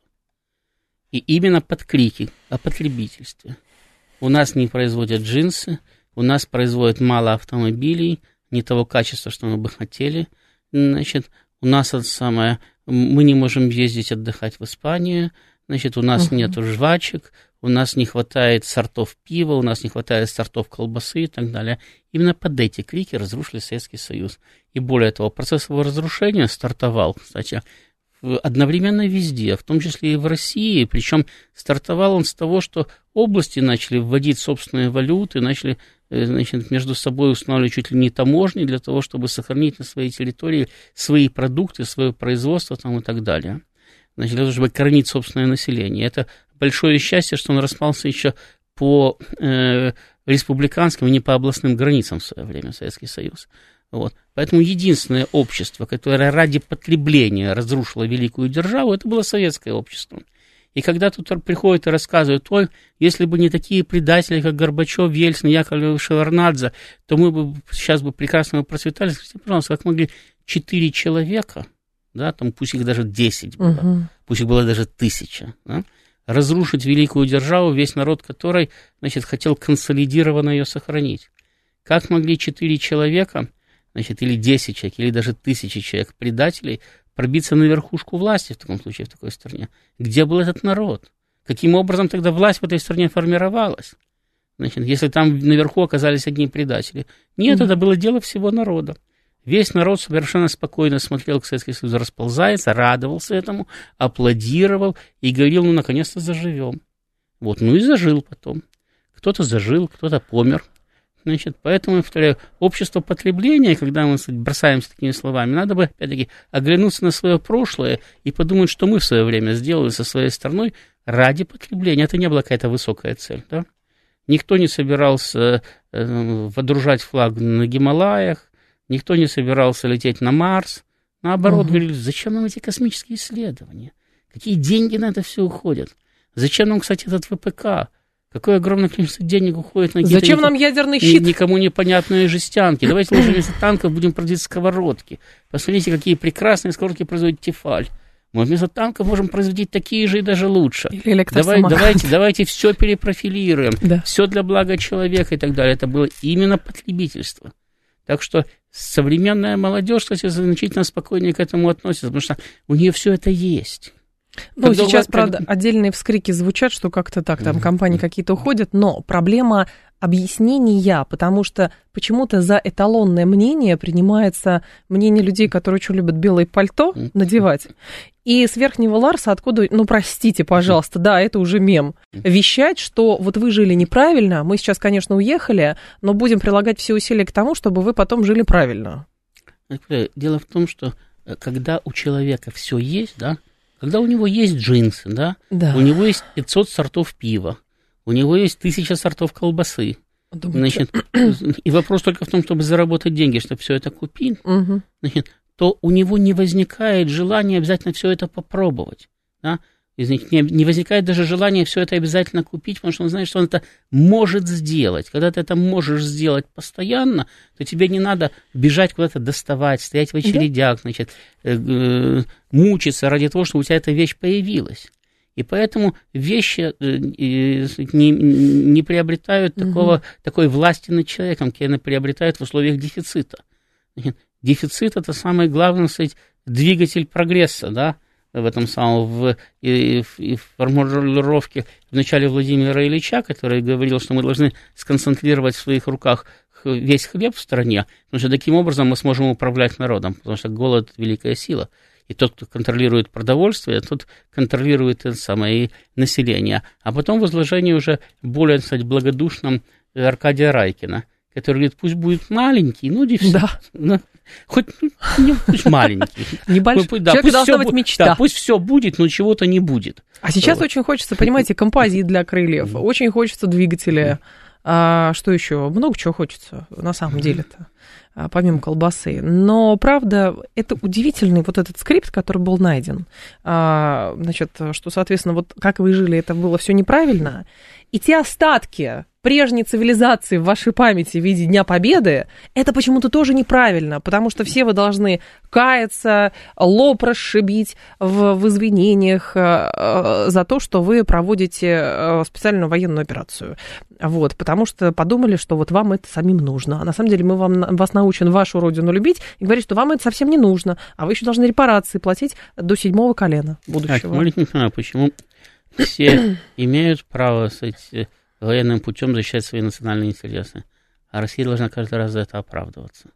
И именно под крики о потребительстве. У нас не производят джинсы, у нас производят мало автомобилей, не того качества, что мы бы хотели. Значит, у нас это самое, мы не можем ездить отдыхать в Испанию, значит, у нас uh-huh. нету жвачек, у нас не хватает сортов пива, у нас не хватает сортов колбасы и так далее. Именно под эти крики разрушили Советский Союз. И более того, процесс его разрушения стартовал, кстати, одновременно везде, в том числе и в России, причем стартовал он с того, что области начали вводить собственные валюты, начали, значит, между собой устанавливать чуть ли не таможни для того, чтобы сохранить на своей территории свои продукты, свое производство там, и так далее. Значит, для того, чтобы кормить собственное население. Это большое счастье, что он распался еще по э, республиканским и не по областным границам в свое время, Советский Союз. Вот. Поэтому единственное общество, которое ради потребления разрушило великую державу, это было советское общество. И когда тут приходят и рассказывают, ой, если бы не такие предатели, как Горбачев, Ельцин, Яковлев, Шеварднадзе, то мы бы сейчас бы прекрасно процветали. Скажите, пожалуйста, как могли четыре человека, да, там пусть их даже десять было, угу. пусть их было даже тысяча, да, разрушить великую державу, весь народ которой, значит, хотел консолидированно ее сохранить. Как могли четыре человека, значит, или десять человек, или даже тысячи человек, предателей, пробиться на верхушку власти в таком случае, в такой стране? Где был этот народ? Каким образом тогда власть в этой стране формировалась? Значит, если там наверху оказались одни предатели. Нет, mm-hmm. это было дело всего народа. Весь народ совершенно спокойно смотрел, как Советский Союз расползается, радовался этому, аплодировал и говорил, ну, наконец-то заживем. Вот, ну и зажил потом. Кто-то зажил, кто-то помер. Значит, поэтому, я повторяю, общество потребления, когда мы бросаемся такими словами, надо бы, опять-таки, оглянуться на свое прошлое и подумать, что мы в свое время сделали со своей страной ради потребления. Это не была какая-то высокая цель, да? Никто не собирался э, водружать флаг на Гималаях, никто не собирался лететь на Марс. Наоборот, угу. говорили, зачем нам эти космические исследования? Какие деньги на это все уходят? Зачем нам, кстати, этот ВПК? Какое огромное количество денег уходит на какие-то... Зачем нам ядерный щит? Никому непонятные жестянки. Давайте лучше вместо танков будем производить сковородки. Посмотрите, какие прекрасные сковородки производит Тефаль. Мы вместо танков можем производить такие же и даже лучше. Давай, давайте, давайте все перепрофилируем. Да. Все для блага человека и так далее. Это было именно потребительство. Так что современная молодежь, кстати, значительно спокойнее к этому относится, потому что у нее все это есть. Ну, когда сейчас, вас... правда, отдельные вскрики звучат, что как-то так, там компании какие-то уходят, но проблема объяснения, потому что почему-то за эталонное мнение принимается мнение людей, которые очень любят белое пальто надевать, и с верхнего Ларса откуда, ну, простите, пожалуйста, да, это уже мем, вещать, что вот вы жили неправильно, мы сейчас, конечно, уехали, но будем прилагать все усилия к тому, чтобы вы потом жили правильно. Дело в том, что когда у человека все есть, да, когда у него есть джинсы, да, да, у него есть пятьсот сортов пива, у него есть тысяча сортов колбасы, значит, и вопрос только в том, чтобы заработать деньги, чтобы все это купить, угу. значит, то у него не возникает желания обязательно все это попробовать, да? Не возникает даже желания все это обязательно купить, потому что он знает, что он это может сделать. Когда ты это можешь сделать постоянно, то тебе не надо бежать куда-то доставать, стоять в очередях, значит, мучиться ради того, чтобы у тебя эта вещь появилась. И поэтому вещи не, не приобретают такого, угу. такой власти над человеком, какие они приобретают в условиях дефицита. Дефицит – это самый главный, сказать, двигатель прогресса, да, в этом самом, в, и, и в формулировке в начале Владимира Ильича, который говорил, что мы должны сконцентрировать в своих руках весь хлеб в стране, потому что таким образом мы сможем управлять народом, потому что голод – великая сила. И тот, кто контролирует продовольствие, тот контролирует это самое и население. А потом в изложении уже более, так сказать, благодушном Аркадия Райкина, который говорит, пусть будет маленький, ну, дефицит. Да. Ну, хоть, ну, пусть маленький. Небольшой. Да, человек должна быть мечта. Да, пусть все будет, но чего-то не будет. А сейчас вот. Очень хочется, понимаете, композит для крыльев, очень хочется двигателя. А, что еще? Много чего хочется, на самом деле-то, помимо колбасы. Но, правда, это удивительный вот этот скрипт, который был найден. А, значит, что, соответственно, вот как вы жили, это было все неправильно. И те остатки прежней цивилизации в вашей памяти в виде Дня Победы, это почему-то тоже неправильно, потому что все вы должны каяться, лоб расшибить в, в извинениях э, за то, что вы проводите э, специальную военную операцию. Вот, потому что подумали, что вот вам это самим нужно. А на самом деле мы вам, вас научим вашу родину любить и говорить, что вам это совсем не нужно, а вы еще должны репарации платить до седьмого колена будущего. Так, не понимаю, почему все имеют право, кстати, военным путем защищать свои национальные интересы, а Россия должна каждый раз за это оправдываться.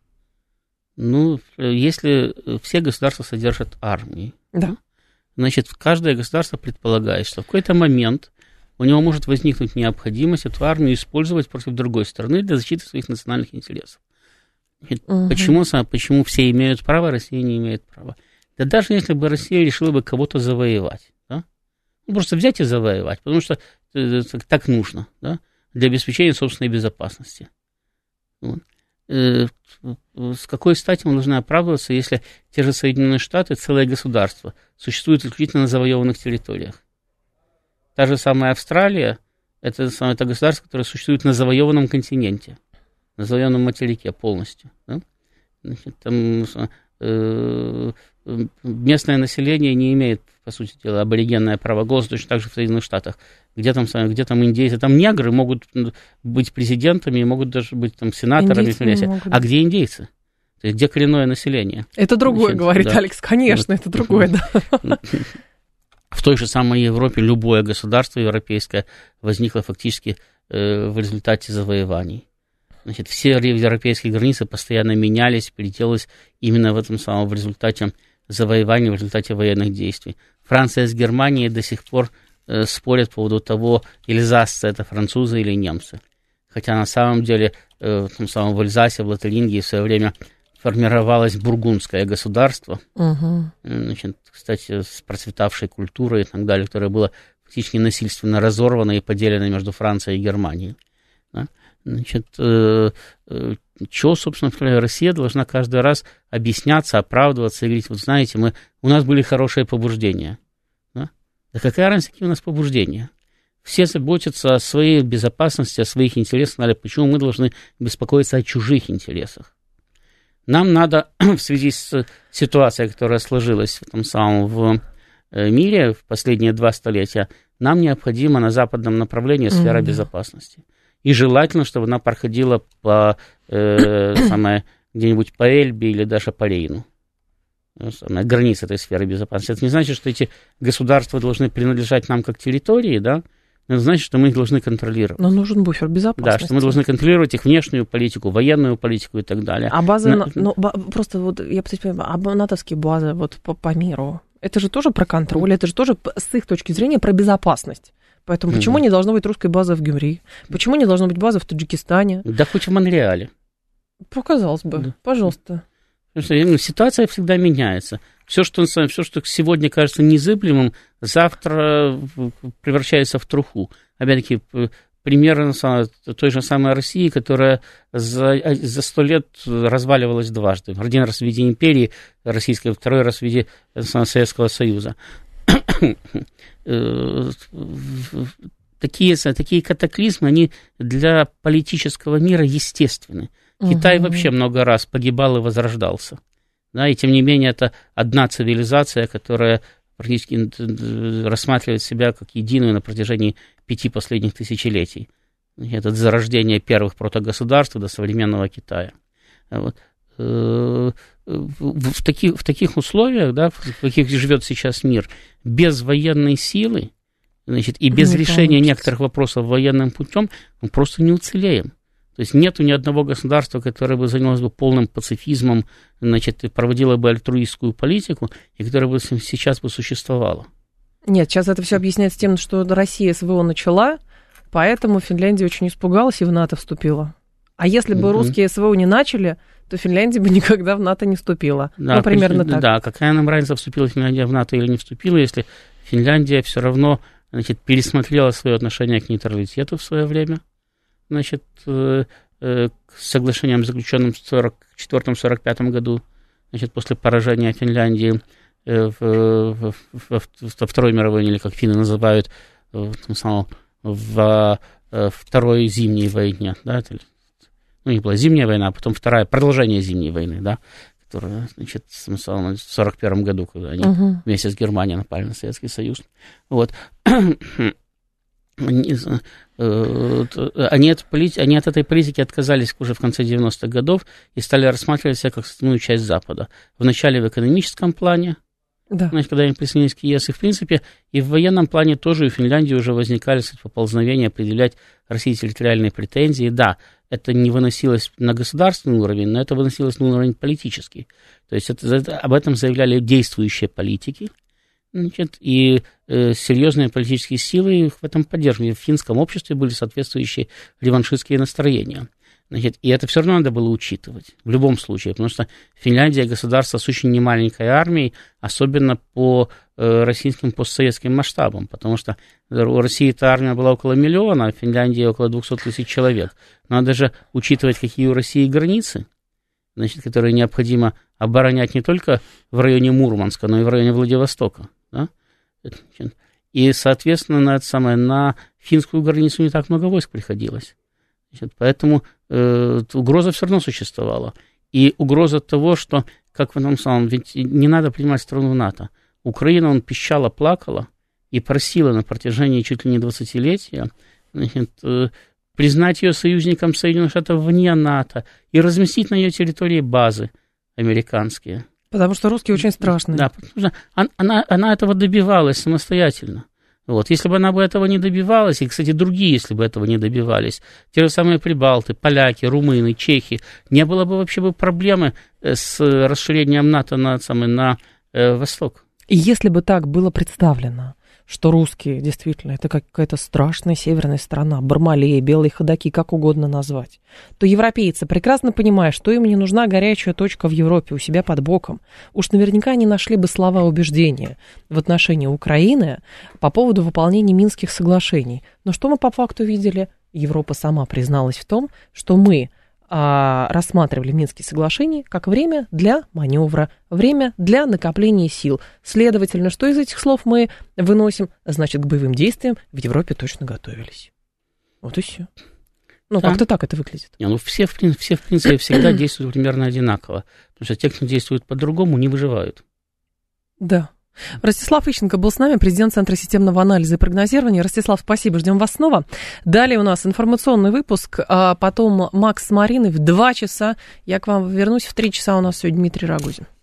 Ну, если все государства содержат армии, да. значит, каждое государство предполагает, что в какой-то момент у него может возникнуть необходимость эту армию использовать против другой стороны для защиты своих национальных интересов. Угу. Почему, почему все имеют право, а Россия не имеет права? Да даже если бы Россия решила бы кого-то завоевать, да? Ну, просто взять и завоевать, потому что так нужно, да, для обеспечения собственной безопасности. Вот. С какой стати мы должны оправдываться, если те же Соединенные Штаты, целое государство, существуют исключительно на завоеванных территориях? Та же самая Австралия, это, это государство, которое существует на завоеванном континенте, на завоеванном материке полностью. Да? Значит, там, э, местное население не имеет, по сути дела, аборигенное право голоса, точно так же в Соединенных Штатах. Где там, где там индейцы? Там негры могут быть президентами, могут даже быть там сенаторами. Могут... А где индейцы? То есть где коренное население? Это другое, значит, говорит да. Алекс, конечно, это другое, да. В той же самой Европе любое государство европейское возникло фактически э, в результате завоеваний. Значит, все европейские границы постоянно менялись, переделались именно в этом самом в результате завоеваний, в результате военных действий. Франция с Германией до сих пор э, спорят по поводу того, эльзасцы это французы или немцы. Хотя на самом деле э, в том самом в Эльзасе, в Лотарингии в свое время формировалось бургундское государство, угу. Значит, кстати, с процветавшей культурой и так далее, которое было фактически насильственно разорвано и поделено между Францией и Германией. Да? Значит, э, э, что, собственно, Россия должна каждый раз объясняться, оправдываться и говорить, вот знаете, мы, у нас были хорошие побуждения. Да, да какая разница, какие у нас побуждения? Все заботятся о своей безопасности, о своих интересах, почему мы должны беспокоиться о чужих интересах? Нам надо в связи с ситуацией, которая сложилась в том самом в мире в последние два столетия, нам необходимо на западном направлении сфера mm-hmm. безопасности. И желательно, чтобы она проходила по, э, самое, где-нибудь по Эльбе или даже по Рейну. Самая граница этой сферы безопасности. Это не значит, что эти государства должны принадлежать нам как территории, да? Это значит, что мы их должны контролировать. Но нужен буфер безопасности. Да, что мы должны контролировать их внешнюю политику, военную политику и так далее. А базы, На... ну, просто вот, я понимаю, а натовские базы вот по, по миру, это же тоже про контроль, это же тоже с их точки зрения про безопасность. Поэтому mm-hmm. почему не должно быть русской базы в Гюмри? Почему не должно быть базы в Таджикистане? Да хоть в Монреале. Показалось бы, да. Пожалуйста. Потому что ситуация всегда меняется. Все что, все, что сегодня кажется незыблемым, завтра превращается в труху. Опять-таки, примеры той же самой России, которая за, за сто лет разваливалась дважды. Один раз в виде империи российской, второй раз в виде Советского Союза. Такие, такие катаклизмы, они для политического мира естественны. Угу. Китай вообще много раз погибал и возрождался. Да, и тем не менее, это одна цивилизация, которая практически рассматривает себя как единую на протяжении пяти последних тысячелетий. Это зарождение первых протогосударств до современного Китая. Вот. В таких, в таких условиях, да, в каких живет сейчас мир, без военной силы, значит, и без не решения получится. Некоторых вопросов военным путем, мы просто не уцелеем. То есть нету ни одного государства, которое бы занялось бы полным пацифизмом, значит, и проводило бы альтруистскую политику, и которое бы сейчас бы существовало. Нет, сейчас это все объясняется тем, что Россия СВО начала, поэтому Финляндия очень испугалась и в НАТО вступила. А если бы mm-hmm. русские СВО не начали, то Финляндия бы никогда в НАТО не вступила. Да, ну, примерно при, так. Да, какая нам разница, вступила Финляндия в НАТО или не вступила, если Финляндия все равно, значит, пересмотрела свое отношение к нейтралитету в свое время, значит, э, э, с соглашением, заключенным в сорок четвёртом — сорок пятом году, значит, после поражения Финляндии э, в, в, в, во Второй мировой, или как финны называют, в, в, в, в Второй зимней войне, да, ну, не была зимняя война, а потом вторая, продолжение зимней войны, да, которая, значит, в сорок первом году, когда они uh-huh. вместе с Германией напали на Советский Союз. Вот. Они, они, от полит... они от этой политики отказались уже в конце девяностых годов и стали рассматривать себя как составную часть Запада. Вначале в экономическом плане, да. Значит, когда они присоединились к ЕС, и в принципе, и в военном плане тоже у Финляндии уже возникали, кстати, поползновения определять России территориальные претензии. Да, это не выносилось на государственный уровень, но это выносилось на уровень политический. То есть это, это, об этом заявляли действующие политики, значит, и э, серьезные политические силы их в этом поддерживали. В финском обществе были соответствующие реваншистские настроения. Значит, и это все равно надо было учитывать, в любом случае, потому что Финляндия государство с очень немаленькой армией, особенно по э, российским постсоветским масштабам, потому что у России эта армия была около миллиона, а в Финляндии около двухсот тысяч человек. Надо же учитывать, какие у России границы, значит, которые необходимо оборонять не только в районе Мурманска, но и в районе Владивостока. Да? И, соответственно, на, это самое, на финскую границу не так много войск приходилось. Значит, поэтому э, угроза все равно существовала. И угроза того, что, как в этом самом, ведь не надо принимать страну в НАТО. Украина, он пищала, плакала и просила на протяжении чуть ли не двадцатилетия, значит, э, признать ее союзником Соединенных Штатов вне НАТО и разместить на ее территории базы американские. Потому что русские очень страшные. Да, потому что она, она этого добивалась самостоятельно. Вот. Если бы она бы этого не добивалась, и, кстати, другие, если бы этого не добивались, те же самые прибалты, поляки, румыны, чехи, не было бы вообще бы проблемы с расширением НАТО на, самый, на э, восток. И если бы так было представлено, что русские действительно это какая-то страшная северная страна, Бармалея, белые ходаки, как угодно назвать, то европейцы, прекрасно понимая, что им не нужна горячая точка в Европе у себя под боком, уж наверняка они нашли бы слова убеждения в отношении Украины по поводу выполнения Минских соглашений. Но что мы по факту видели? Европа сама призналась в том, что мы а, рассматривали Минские соглашения как время для маневра, время для накопления сил. Следовательно, что из этих слов мы выносим? Значит, к боевым действиям в Европе точно готовились. Вот и все. Ну, да. Как-то так это выглядит. Не, ну, все, в, все, в принципе, всегда действуют примерно одинаково. Потому что те, кто действует по-другому, не выживают. Да. Ростислав Ищенко был с нами, президент Центра системного анализа и прогнозирования. Ростислав, спасибо, ждем вас снова. Далее у нас информационный выпуск, а потом Макс с Мариной в два часа. Я к вам вернусь в три часа, у нас сегодня Дмитрий Рогозин.